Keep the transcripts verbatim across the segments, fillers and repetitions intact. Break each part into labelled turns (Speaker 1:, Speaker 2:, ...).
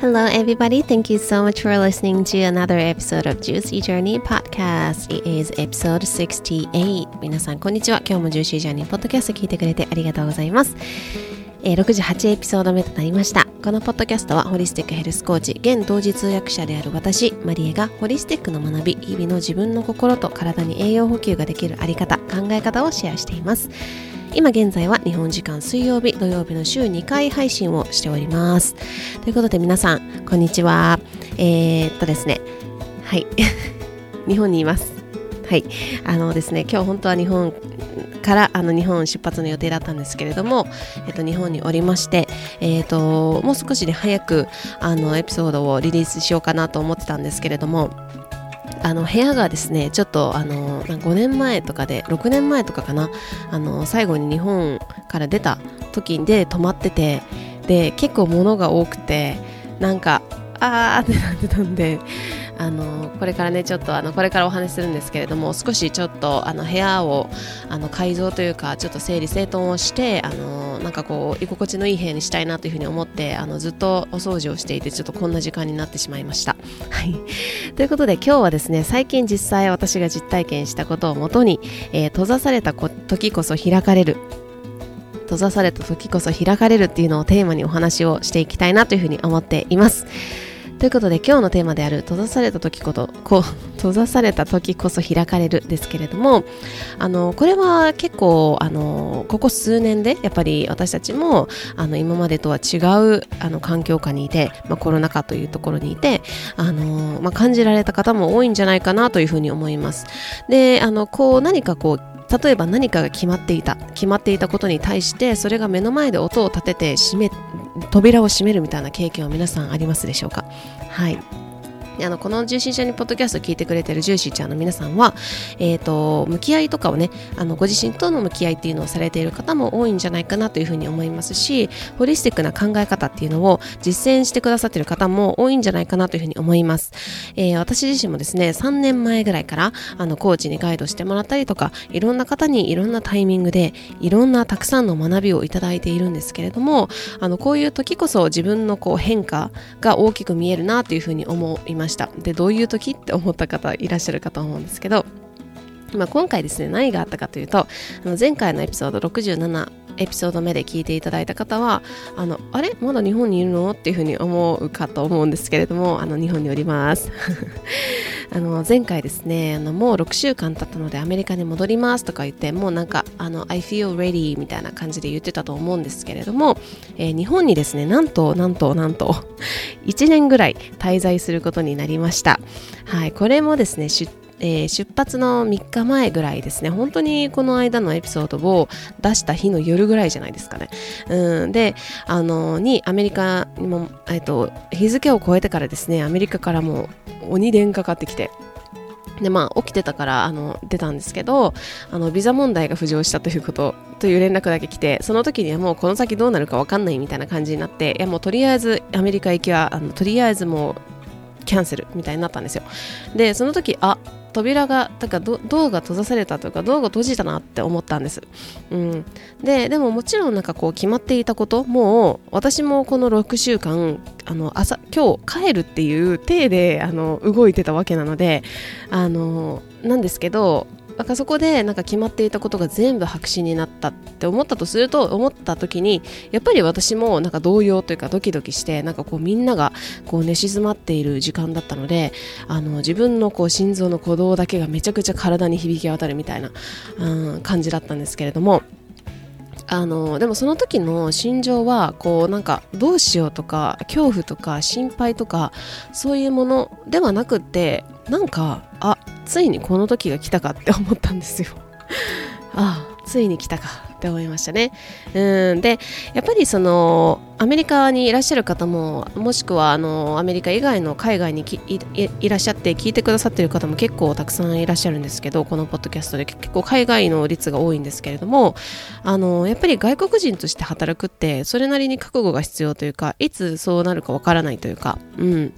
Speaker 1: Hello everybody, thank you so much for listening to another episode of Juicy Journey Podcast. It is episode sixty-eight. 皆さんこんにちは。今日も Juicy Journey Podcast 聞いてくれてありがとうございます。えー、ろくじゅうはちエピソード目となりました。このポッドキャストはホリスティックヘルスコーチ、現同時通訳者である私マリエがホリスティックの学び、日々の自分の心と体に栄養補給ができるあり方、考え方をシェアしています。今現在は日本時間水曜日、土曜日の週にかい配信をしております。ということで皆さんこんにちは。えー、っとですねはい日本にいます。はいあのですね今日本当は日本からあの日本出発の予定だったんですけれども、えっと、日本におりまして、えっと、もう少しで早くあのエピソードをリリースしようかなと思ってたんですけれども、あの部屋がですねちょっとあのごねんまえとかでろくねんまえとかかな、あの最後に日本から出た時で泊まってて、で結構物が多くてなんかあーってなってたんで、あのこれからねちょっとあのこれからお話しするんですけれども、少しちょっとあの部屋をあの改造というかちょっと整理整頓をして、あのなんかこう居心地のいい部屋にしたいなというふうに思って、あのずっとお掃除をしていてちょっとこんな時間になってしまいました。はいということで今日はですね、最近実際私が実体験したことをもとに、えー、閉ざされた時こそ開かれる閉ざされた時こそ開かれるっていうのをテーマにお話をしていきたいなというふうに思っています。ということで今日のテーマである閉ざされた時こそこう閉ざされた時こそ開かれるですけれども、あのこれは結構あのここ数年でやっぱり私たちもあの今までとは違うあの環境下にいて、まあ、コロナ禍というところにいてあの、まあ、感じられた方も多いんじゃないかなというふうに思います。であのこう何かこう例えば何かが決まっていた決まっていたことに対してそれが目の前で音を立てて閉め扉を閉めるみたいな経験は皆さんありますでしょうか。はいあのこのジューシーちゃんにポッドキャスト聞いてくれてるジューシーちゃんの皆さんは、えーと、向き合いとかをねあのご自身との向き合いっていうのをされている方も多いんじゃないかなというふうに思いますし、ホリスティックな考え方っていうのを実践してくださっている方も多いんじゃないかなというふうに思います。えー、私自身もですねさんねんまえぐらいからあのコーチにガイドしてもらったりとか、いろんな方にいろんなタイミングでいろんなたくさんの学びをいただいているんですけれども、あのこういう時こそ自分のこう変化が大きく見えるなというふうに思いました。でどういう時って思った方いらっしゃるかと思うんですけど、まあ、今回ですね何があったかというと、あの前回のエピソードろくじゅうななエピソード目で聞いていただいた方はあのあれまだ日本にいるのっていうふうに思うかと思うんですけれども、あの日本におりますあの前回ですねあのもうろくしゅうかん経ったのでアメリカに戻りますとか言って、もうなんかあの I feel ready みたいな感じで言ってたと思うんですけれども、えー、日本にですねなんとなんとなんといちねんぐらい滞在することになりました。はい、これもですね出えー、出発のみっかまえぐらいですね、本当にこの間のエピソードを出した日の夜ぐらいじゃないですかね。うんであのにアメリカにも、えー、と日付を超えてからですねアメリカからもう鬼電かかってきて、でまあ起きてたからあの出たんですけど、あのビザ問題が浮上したということという連絡だけ来て、その時にはもうこの先どうなるか分かんないみたいな感じになって、いやもうとりあえずアメリカ行きはあのとりあえずもうキャンセルみたいになったんですよ。でその時あ扉がだからドアが閉ざされたというかドアが閉じたなって思ったんです。うん、ででももちろんなんかこう決まっていたこと、もう私もこのろくしゅうかんあの朝今日帰るっていう体であの動いてたわけなので、あのなんですけど、なんかそこでなんか決まっていたことが全部白紙になったって思ったとすると、思った時にやっぱり私もなんか動揺というかドキドキして、なんかこうみんながこう寝静まっている時間だったので、あの自分のこう心臓の鼓動だけがめちゃくちゃ体に響き渡るみたいな、うん、感じだったんですけれども、あのでもその時の心情はこうなんかどうしようとか恐怖とか心配とかそういうものではなくって、なんかあついにこの時が来たかって思ったんですよああついに来たかって思いましたね。うんでやっぱりそのアメリカにいらっしゃる方も、もしくはあのアメリカ以外の海外にき い, い, いらっしゃって聞いてくださっている方も結構たくさんいらっしゃるんですけど、このポッドキャストで結構海外の率が多いんですけれども、あのやっぱり外国人として働くってそれなりに覚悟が必要というか、いつそうなるかわからないというか、うん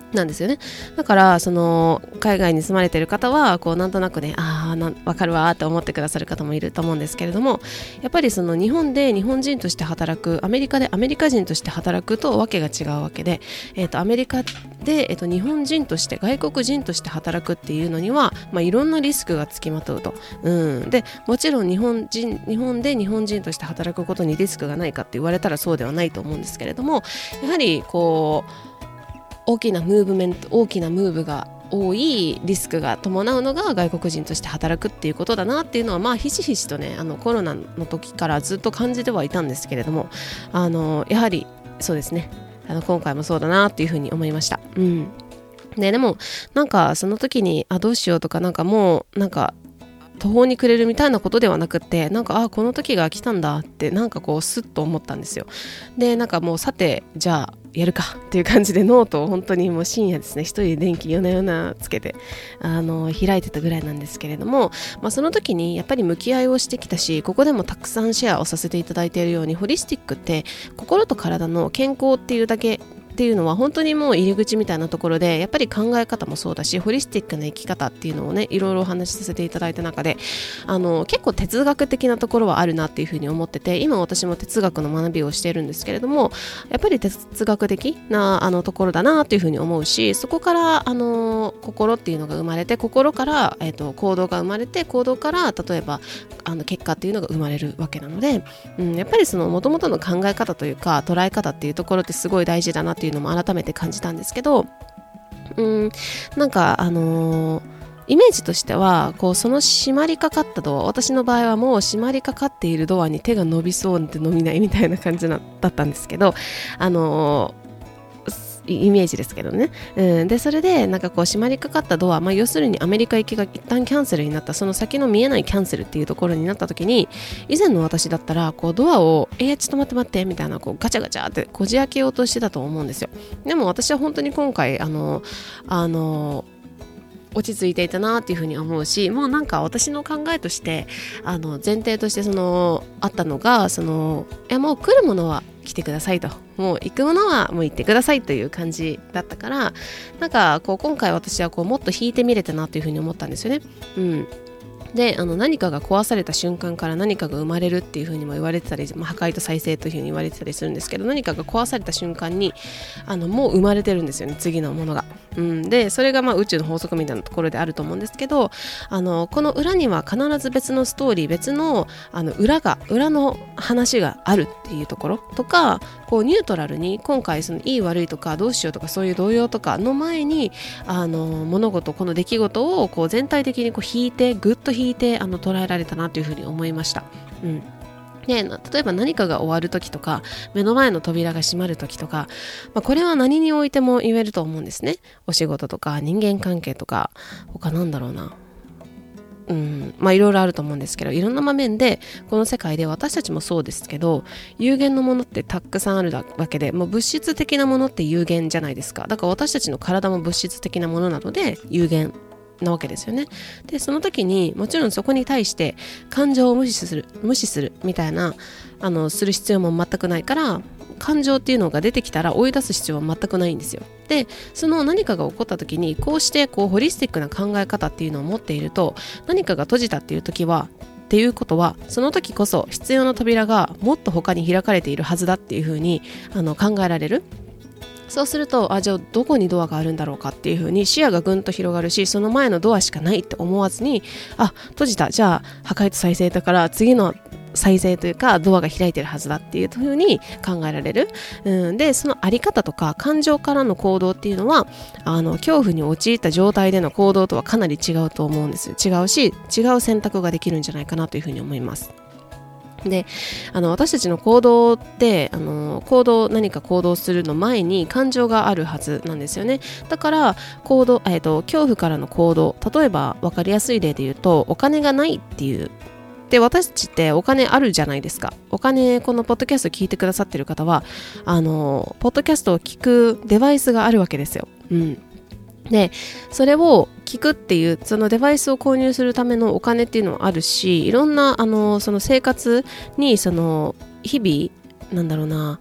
Speaker 1: なんですよね。だからその海外に住まれている方はこうなんとなくね、ああな分かるわって思ってくださる方もいると思うんですけれども、やっぱりその日本で日本人として働く、アメリカでアメリカ人として働くとわけが違うわけで、えーと、アメリカで、えーと、日本人として外国人として働くっていうのには、まあ、いろんなリスクがつきまとうと、うん、でもちろん日本人日本で日本人として働くことにリスクがないかって言われたらそうではないと思うんですけれども、やはりこう大きなムーブメント大きなムーブが多いリスクが伴うのが外国人として働くっていうことだなっていうのは、まあひしひしとね、あのコロナの時からずっと感じてはいたんですけれども、あのやはりそうですね、あの今回もそうだなっていうふうに思いました。うん。で、でもなんかその時にあどうしようとか、なんかもうなんか途方に暮れるみたいなことではなくって、なんかあこの時が来たんだってなんかこうスッと思ったんですよ。で、なんかもうさてじゃあやるかっていう感じでノートを本当にもう深夜ですね、一人で電気夜な夜なつけてあの開いてたぐらいなんですけれども、まあ、その時にやっぱり向き合いをしてきたし、ここでもたくさんシェアをさせていただいているように、ホリスティックって心と体の健康っていうだけっていうのは本当にもう入り口みたいなところで、やっぱり考え方もそうだし、ホリスティックな生き方っていうのをね、いろいろお話しさせていただいた中で、あの結構哲学的なところはあるなっていうふうに思ってて、今私も哲学の学びをしているんですけれども、やっぱり哲学的なあのところだなっていうふうに思うし、そこからあの心っていうのが生まれて、心から、えーと、行動が生まれて、行動から例えばあの結果っていうのが生まれるわけなので、うん、やっぱりその元々の考え方というか捉え方っていうところってすごい大事だなっていうのも改めて感じたんですけど、うん、なんかあのー、イメージとしてはこうその閉まりかかったドア、私の場合はもう閉まりかかっているドアに手が伸びそうで伸びないみたいな感じなだったんですけど、あのーイメージですけどね、うん、でそれでなんかこう閉まりかかったドア、まあ、要するにアメリカ行きが一旦キャンセルになった、その先の見えないキャンセルっていうところになった時に、以前の私だったらこうドアをえー、ちょっと待って待ってみたいなこうガチャガチャってこじ開けようとしてたと思うんですよ。でも私は本当に今回あのあの落ち着いていたなっていうふうに思うし、もうなんか私の考えとしてあの前提としてそのあったのが、そのえもう来るものは来てくださいと、もう行くものはもう行ってくださいという感じだったから、なんかこう今回私はこうもっと引いてみれたなというふうに思ったんですよね。うんであの何かが壊された瞬間から何かが生まれるっていう風にも言われてたり、まあ、破壊と再生という風に言われてたりするんですけど、何かが壊された瞬間にあのもう生まれてるんですよね、次のものが。うん、でそれがまあ宇宙の法則みたいなところであると思うんですけど、あのこの裏には必ず別のストーリー、別のあの裏が裏の話があるっていうところとか、こうニュートラルに今回そのいい悪いとかどうしようとかそういう動揺とかの前にあの物事、この出来事をこう全体的にこう引いてぐっと引いてあの捉えられたなというふうに思いました。うんで例えば何かが終わるときとか、目の前の扉が閉まるときとか、まあ、これは何においても言えると思うんですね。お仕事とか人間関係とか、他なんだろうな、うん、まあいろいろあると思うんですけど、いろんな場面でこの世界で私たちもそうですけど、有限のものってたくさんあるわけで、もう物質的なものって有限じゃないですか。だから私たちの体も物質的なものなので有限なわけですよね。でその時にもちろんそこに対して感情を無視する無視するみたいなあのする必要も全くないから、感情っていうのが出てきたら追い出す必要は全くないんですよ。でその何かが起こった時にこうしてこうホリスティックな考え方っていうのを持っていると、何かが閉じたっていう時はっていうことは、その時こそ必要な扉がもっと他に開かれているはずだっていうふうにあの考えられる。そうすると、あじゃあどこにドアがあるんだろうかっていう風に視野がぐんと広がるし、その前のドアしかないって思わずに、あ閉じた、じゃあ破壊と再生だから次の再生というかドアが開いてるはずだっていう風に考えられる。うんでそのあり方とか感情からの行動っていうのは、あの恐怖に陥った状態での行動とはかなり違うと思うんです。違うし、違う選択ができるんじゃないかなという風に思います。であの私たちの行動ってあの行動何か行動するの前に感情があるはずなんですよね。だから行動、えーと、恐怖からの行動、例えば分かりやすい例で言うと、お金がないっていうで、私たちってお金あるじゃないですか。お金、このポッドキャスト聞いてくださってる方はあのポッドキャストを聞くデバイスがあるわけですよ。うんでそれを聞くっていうそのデバイスを購入するためのお金っていうのはあるし、いろんなあのその生活にその日々なんだろうな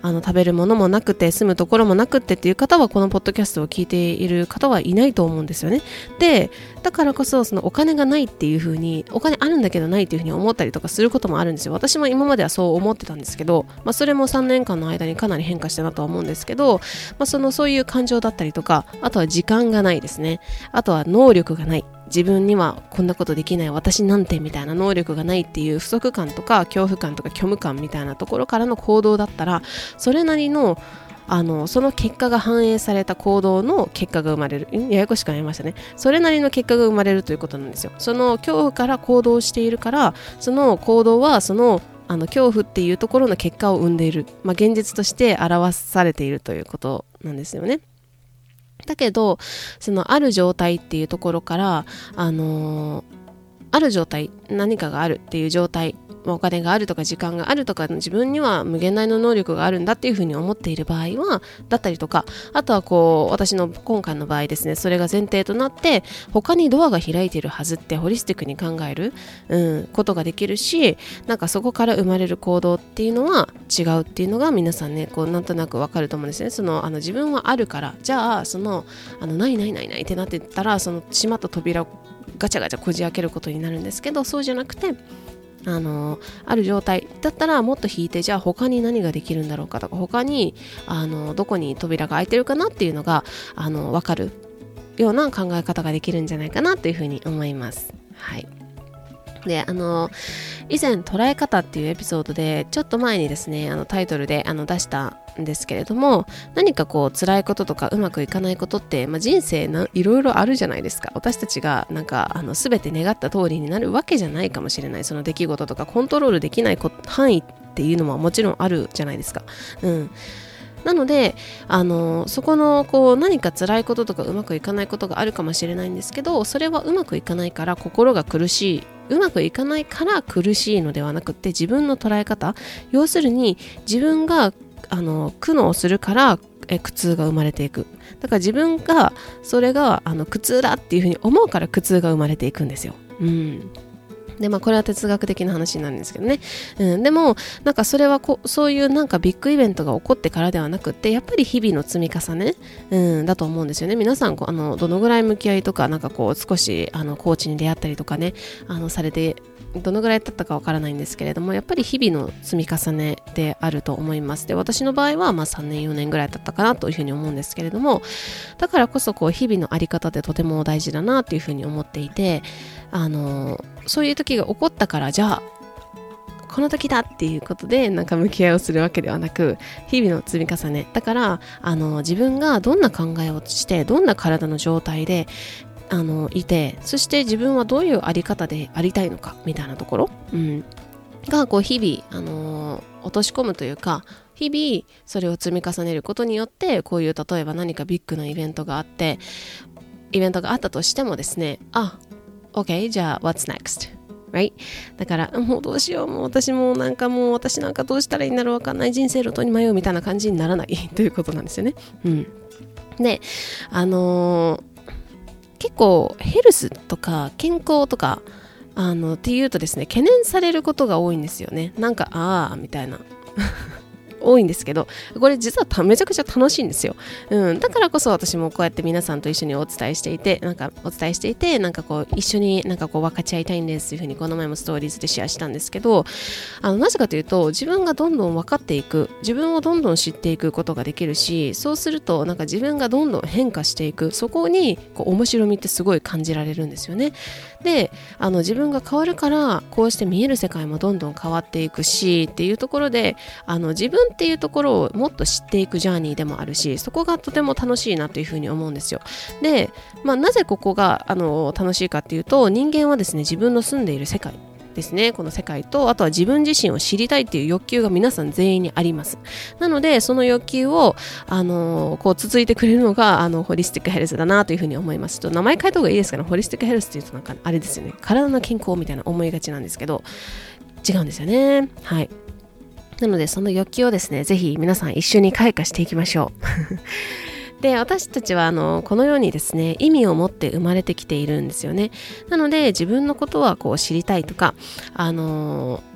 Speaker 1: あの食べるものもなくて住むところもなくてっていう方はこのポッドキャストを聞いている方はいないと思うんですよね。でだからこそそのお金がないっていう風にお金あるんだけどないっていう風に思ったりとかすることもあるんですよ。私も今まではそう思ってたんですけど、まあ、それもさんねんかんの間にかなり変化したなとは思うんですけど、まあ、そのそういう感情だったりとか、あとは時間がないですね。あとは能力がない、自分にはこんなことできない、私なんてみたいな能力がないっていう不足感とか恐怖感とか虚無感みたいなところからの行動だったら、それなりのあのその結果が反映された行動の結果が生まれる。ややこしくなりましたね。それなりの結果が生まれるということなんですよ。その恐怖から行動しているから、その行動はそのあの恐怖っていうところの結果を生んでいる、まあ、現実として表されているということなんですよね。だけどそのある状態っていうところからあのー、ある状態、何かがあるっていう状態、お金があるとか時間があるとか自分には無限大の能力があるんだっていうふうに思っている場合はだったりとか、あとはこう私の今回の場合ですね、それが前提となって他にドアが開いているはずってホリスティックに考える、うん、ことができるし、なんかそこから生まれる行動っていうのは違うっていうのが皆さんねこうなんとなくわかると思うんですね。そのあの自分はあるから、じゃあそのあのないないないないってなってたらその閉まった扉をガチャガチャこじ開けることになるんですけど、そうじゃなくてあのある状態だったらもっと引いて、じゃあ他に何ができるんだろうかとか、他にあのどこに扉が開いてるかなっていうのがあの分かるような考え方ができるんじゃないかなというふうに思います。はい。であの以前捉え方っていうエピソードでちょっと前にですねあのタイトルであの出したんですけれども、何かこう辛いこととかうまくいかないことって、まあ、人生ないろいろあるじゃないですか。私たちがなんかあの全て願った通りになるわけじゃないかもしれない、その出来事とかコントロールできない範囲っていうのももちろんあるじゃないですか。うんなのであのそこのこう何か辛いこととかうまくいかないことがあるかもしれないんですけど、それはうまくいかないから心が苦しい、うまくいかないから苦しいのではなくて、自分の捉え方、要するに自分があの苦悩するからえ苦痛が生まれていく。だから自分がそれがあの苦痛だっていうふうに思うから苦痛が生まれていくんですよ。うんでまあこれは哲学的な話になるんですけどね、うん、でもなんかそれはこそういうなんかビッグイベントが起こってからではなくって、やっぱり日々の積み重ね、うん、だと思うんですよね。皆さんこうあのどのぐらい向き合いとかなんかこう少しあのコーチに出会ったりとかねあのされてどのぐらい経ったかわからないんですけれども、やっぱり日々の積み重ねであると思います。で私の場合はまあさんねんよねんぐらい経ったかなというふうに思うんですけれども、だからこそこう日々のあり方ってとても大事だなというふうに思っていて、あのそういう時が起こったからじゃあこの時だっていうことでなんか向き合いをするわけではなく、日々の積み重ねだからあの自分がどんな考えをしてどんな体の状態であのいて、そして自分はどういうあり方でありたいのかみたいなところ、うん、がこう日々、あのー、落とし込むというか、日々それを積み重ねることによって、こういう例えば何かビッグなイベントがあってイベントがあったとしてもですね、あ、OK じゃあ What's next?Right? だからもうどうしよう、もう私もなんかもう私なんかどうしたらいいんだろうわかんない、人生路頭に迷うみたいな感じにならないということなんですよね。うん、であのー結構ヘルスとか健康とかあのっていうとですね、懸念されることが多いんですよね。なんかああみたいな多いんですけど、これ実はめちゃくちゃ楽しいんですよ。うん、だからこそ私もこうやって皆さんと一緒にお伝えしていて、なんかお伝えしていて、なんかこう一緒になんかこう分かち合いたいんですというふうにこの前もストーリーズでシェアしたんですけど、あのなぜかというと自分がどんどん分かっていく、自分をどんどん知っていくことができるし、そうするとなんか自分がどんどん変化していく、そこにこう面白みってすごい感じられるんですよね。で、あの自分が変わるからこうして見える世界もどんどん変わっていくしっていうところで、あの自分っていうところをもっと知っていくジャーニーでもあるし、そこがとても楽しいなというふうに思うんですよ。で、まあ、なぜここがあの楽しいかっていうと、人間はですね自分の住んでいる世界ですね、この世界と、あとは自分自身を知りたいっていう欲求が皆さん全員にあります。なのでその欲求をあのこう続いてくれるのがあのホリスティックヘルスだなというふうに思います。と名前変えた方がいいですかね。ホリスティックヘルスっていうとなんかあれですよね、体の健康みたいな思いがちなんですけど、違うんですよね。はい。なのでその欲求をですね、ぜひ皆さん一緒に開花していきましょうで、私たちはあのこのようにですね、意味を持って生まれてきているんですよね。なので自分のことはこう知りたいとか、あの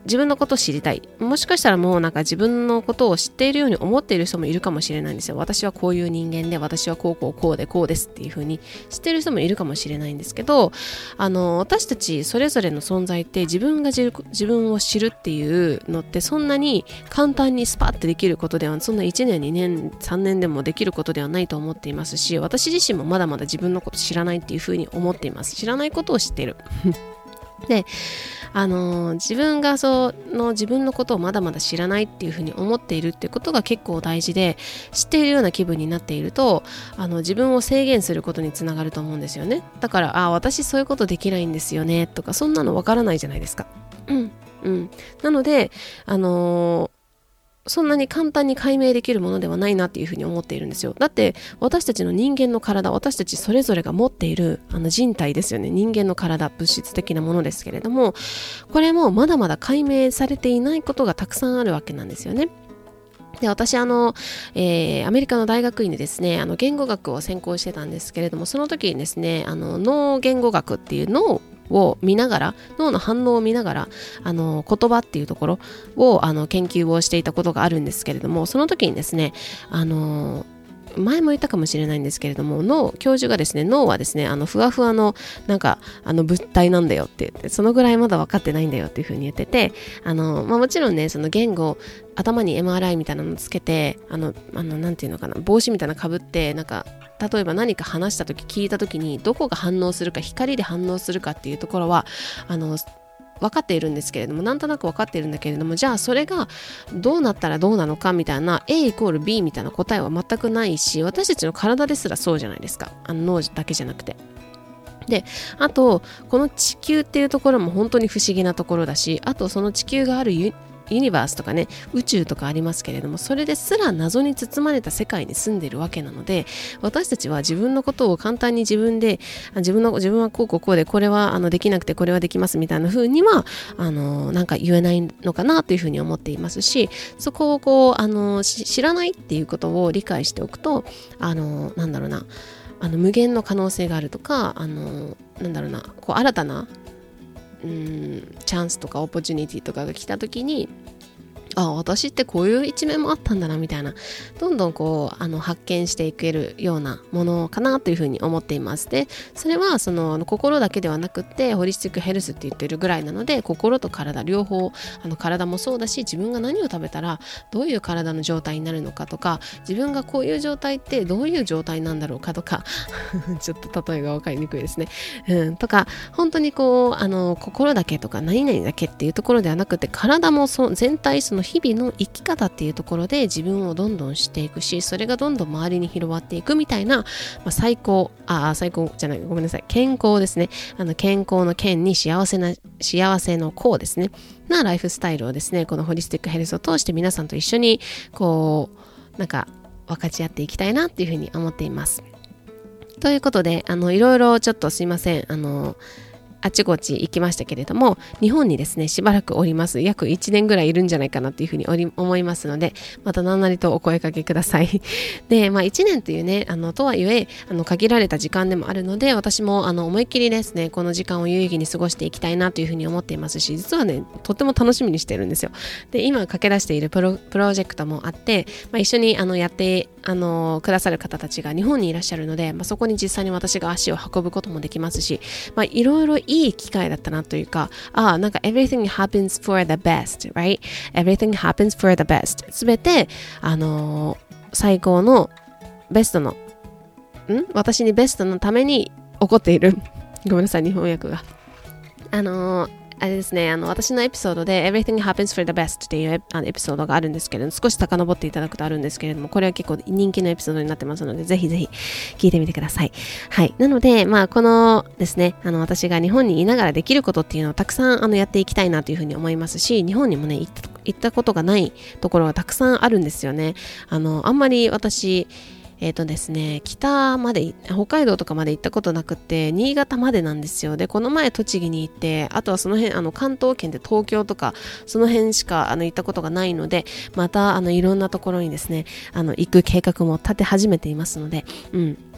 Speaker 1: 自分のことを知りたい。もしかしたらもうなんか自分のことを知っているように思っている人もいるかもしれないんですよ。私はこういう人間で、私はこうこうこうでこうですっていう風に知っている人もいるかもしれないんですけど、あの私たちそれぞれの存在って自分が自分を知るっていうのってそんなに簡単にスパッてできることでは、そんないちねんにねんさんねんでもできることではないと思っていますし、私自身もまだまだ自分のこと知らないっていう風に思っています。知らないことを知っているで、あのー、自分がその自分のことをまだまだ知らないっていうふうに思っているっていうことが結構大事で、知っているような気分になっていると、あの自分を制限することにつながると思うんですよね。だから、あ、私そういうことできないんですよねとか、そんなのわからないじゃないですか。うんうん。なので、あのーそんなに簡単に解明できるものではないなっていうふうに思っているんですよ。だって私たちの人間の体、私たちそれぞれが持っているあの人体ですよね。人間の体、物質的なものですけれども、これもまだまだ解明されていないことがたくさんあるわけなんですよね。で、私あの、えー、アメリカの大学院でですね、あの言語学を専攻してたんですけれども、その時にですね、あの脳言語学っていう脳を見ながら、脳の反応を見ながら、あの言葉っていうところをあの研究をしていたことがあるんですけれども、その時にですね、あの前も言ったかもしれないんですけれども、脳教授がですね、脳はですね、あのふわふわのなんかあの物体なんだよって言って、そのぐらいまだ分かってないんだよっていうふうに言ってて、あの、まあ、もちろんね、その言語、頭に エムアールアイ みたいなのつけて、あのあのなんていうのかな、帽子みたいなかぶって、なんか例えば何か話した時、聞いた時にどこが反応するか、光で反応するかっていうところはあの分かっているんですけれども、なんとなく分かっているんだけれども、じゃあそれがどうなったらどうなのかみたいな A イコール B みたいな答えは全くないし、私たちの体ですらそうじゃないですか。あの脳だけじゃなくて。で、あとこの地球っていうところも本当に不思議なところだし、あとその地球があるユユニバースとかね、宇宙とかありますけれども、それですら謎に包まれた世界に住んでいるわけなので、私たちは自分のことを簡単に自分で、自分の自分はこうこうこうで、これはあのできなくてこれはできますみたいな風にはあのなんか言えないのかなというふうに思っていますし、そこをこうあの知らないっていうことを理解しておくと、あのなんだろうな、あの無限の可能性があるとか、あのなんだろうな、こう新たなうーんチャンスとかオポチュニティとかが来た時に、あ、私ってこういう一面もあったんだなみたいな、どんどんこうあの発見していけるようなものかなというふうに思っています。で、それはその心だけではなくってホリスティックヘルスって言ってるぐらいなので、心と体両方、あの体もそうだし、自分が何を食べたらどういう体の状態になるのかとか、自分がこういう状態ってどういう状態なんだろうかとかちょっと例えが分かりにくいですね、うん、とか、本当にこうあの心だけとか何々だけっていうところではなくて、体もそ全体、その日々の生き方っていうところで自分をどんどん知っていくし、それがどんどん周りに広わっていくみたいな、まあ、最高あ最高じゃないごめんなさい健康ですね。あの健康の健に幸せな幸せの幸ですねなライフスタイルをですね、このホリスティックヘルスを通して皆さんと一緒にこうなんか分かち合っていきたいなっていうふうに思っています。ということで、あのいろいろちょっとすいません、あのあちこち行きましたけれども、日本にですねしばらくおります。約いちねんぐらいいるんじゃないかなっていうふうにおり思いますので、また何なりとお声かけください。で、まあいちねんというね、あのとはいえあの限られた時間でもあるので、私もあの思いっきりですねこの時間を有意義に過ごしていきたいなというふうに思っていますし、実はねとっても楽しみにしてるんですよ。で、今駆け出しているプロ、プロジェクトもあって、まあ、一緒にあのやってあのくださる方たちが日本にいらっしゃるので、まあ、そこに実際に私が足を運ぶこともできますし、まあ、いろいろいい機会だったなというか、ああ、なんか everything happens for the best, right? Everything happens for the best. すべて、あのー、最高のベストの、ん私にベストのために起こっている。ごめんなさい、日本訳が。あのー、あれですね、あの私のエピソードで Everything Happens for the Best っていうあのエピソードがあるんですけれども、少し遡っていただくとあるんですけれども、これは結構人気のエピソードになってますので、ぜひぜひ聞いてみてください。はい。なので、まあこのですね、あの私が日本にいながらできることっていうのをたくさんあのやっていきたいなというふうに思いますし、日本にもね行った、行ったことがないところがたくさんあるんですよね。あのあんまり私えっとですね、北まで、北海道とかまで行ったことなくて、新潟までなんですよ。で、この前栃木に行って、あとはその辺、あの関東圏で東京とか、その辺しかあの行ったことがないので、またあのいろんなところにですね、あの行く計画も立て始めていますので、うん。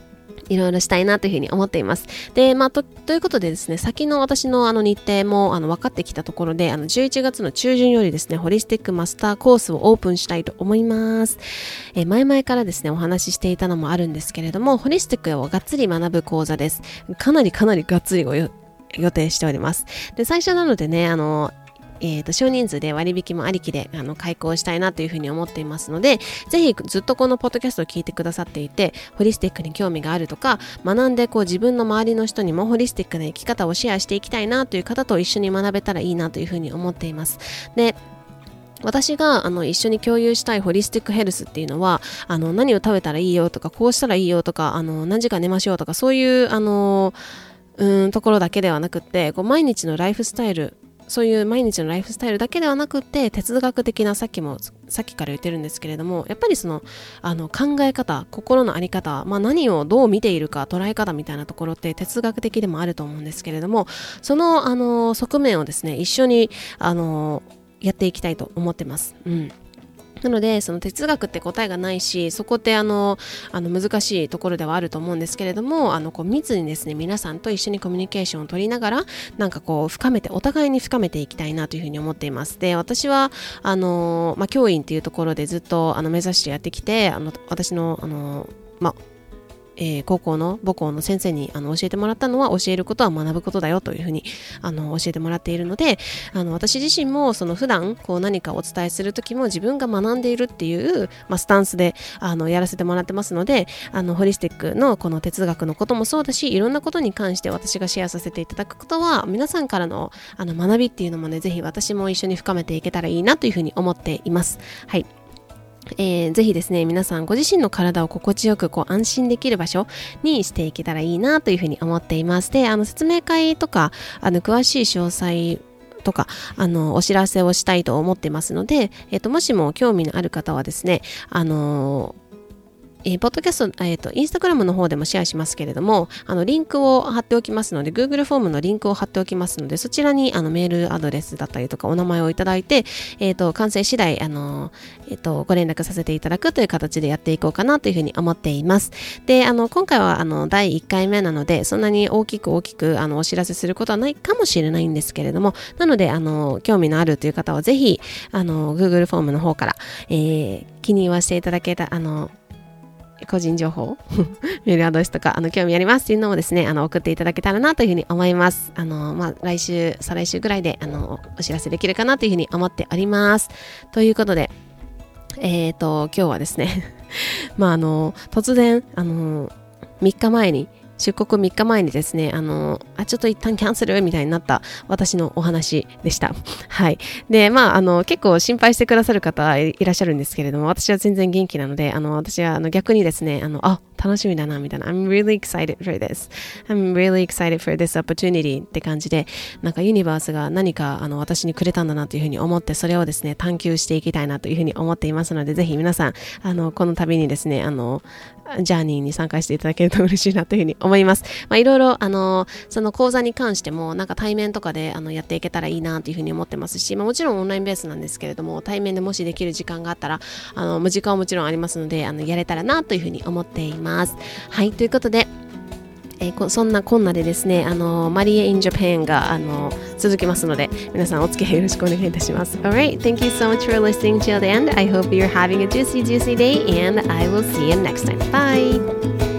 Speaker 1: いろいろしたいなというふうに思っています。で、まあ、と、ということでですね、先の私のあの日程もあの分かってきたところで、あのじゅういちがつの中旬よりですね、ホリスティックマスターコースをオープンしたいと思います。えー、前々からですね、お話ししていたのもあるんですけれども、ホリスティックをがっつり学ぶ講座です。かなりかなりがっつりを予定しております。で、最初なのでね、あの、えーと、少人数で割引もありきであの開講したいなというふうに思っていますので、ぜひずっとこのポッドキャストを聞いてくださっていて、ホリスティックに興味があるとか、学んでこう自分の周りの人にもホリスティックな生き方をシェアしていきたいなという方と一緒に学べたらいいなというふうに思っています。で、私があの一緒に共有したいホリスティックヘルスっていうのは、あの何を食べたらいいよとか、こうしたらいいよとか、あの何時間寝ましょうとか、そういうあのうーんところだけではなくって、こう毎日のライフスタイル、そういう毎日のライフスタイルだけではなくて、哲学的な、さっきもさっきから言ってるんですけれども、やっぱりそのあの考え方、心の在り方、まあ、何をどう見ているか、捉え方みたいなところって哲学的でもあると思うんですけれども、そのあの側面をですね、一緒にあのやっていきたいと思ってます。うん。なので、その哲学って答えがないし、そこってあのあの難しいところではあると思うんですけれども、あのこう密にですね、皆さんと一緒にコミュニケーションを取りながら、なんかこう深めて、お互いに深めていきたいなというふうに思っています。で、私はあのまあ教員っていうところでずっとあの目指してやってきて、あの私のあのまあえー、高校の母校の先生にあの教えてもらったのは、教えることは学ぶことだよというふうにあの教えてもらっているので、あの私自身もその普段こう何かお伝えするときも自分が学んでいるっていう、まあ、スタンスであのやらせてもらってますので、あのホリスティックのこの哲学のこともそうだし、いろんなことに関して私がシェアさせていただくことは、皆さんからのあの学びっていうのもね、ぜひ私も一緒に深めていけたらいいなというふうに思っています。はい。えー、ぜひですね、皆さんご自身の体を心地よくこう安心できる場所にしていけたらいいなというふうに思っています。で、あの説明会とかあの詳しい詳細とかあのお知らせをしたいと思ってますので、えっと、もしも興味のある方はですね、あのーえー、ポッドキャスト、えっと、インスタグラムの方でもシェアしますけれども、あの、リンクを貼っておきますので、Google フォームのリンクを貼っておきますので、そちらに、あの、メールアドレスだったりとか、お名前をいただいて、えっと、完成次第、あの、えっと、ご連絡させていただくという形でやっていこうかなというふうに思っています。で、あの、今回は、あの、だいいっかいめなので、そんなに大きく大きく、あの、お知らせすることはないかもしれないんですけれども、なので、あの、興味のあるという方は、ぜひ、あの、Google フォームの方から、えー、記入はしていただけた、あの、個人情報メールアドレスとかあの興味ありますっていうのをですね、あの送っていただけたらなというふうに思います。あのまあ来週再来週ぐらいであのお知らせできるかなというふうに思っております。ということで、えっと今日はですねまああの突然あのみっかまえに出国みっかまえにですね、あの、あ、ちょっと一旦キャンセルみたいになった私のお話でした。はい。で、まあ、あの、結構心配してくださる方いらっしゃるんですけれども、私は全然元気なので、あの、私はあの逆にですね、あの、あ、楽しみだな、みたいな。I'm really excited for this. I'm really excited for this opportunity って感じで、なんかユニバースが何かあの私にくれたんだなというふうに思って、それをですね、探求していきたいなというふうに思っていますので、ぜひ皆さん、あの、この旅にですね、あの、ジャーニーに参加していただけると嬉しいなというふうに思います。まあ、いろいろ、あの、その講座に関しても、なんか対面とかであのやっていけたらいいなというふうに思ってますし、まあ、もちろんオンラインベースなんですけれども、対面でもしできる時間があったら、あの、時間はもちろんありますので、あの、やれたらなというふうに思っています。はい、ということで、えー、そんなこんなでですね、あの、マリエ in Japan が、あの、続きますので、皆さんお付き合いよろしくお願いいたします。Alright, thank you so much for listening till the end. I hope you're having a juicy, juicy day and I will see you next time. Bye!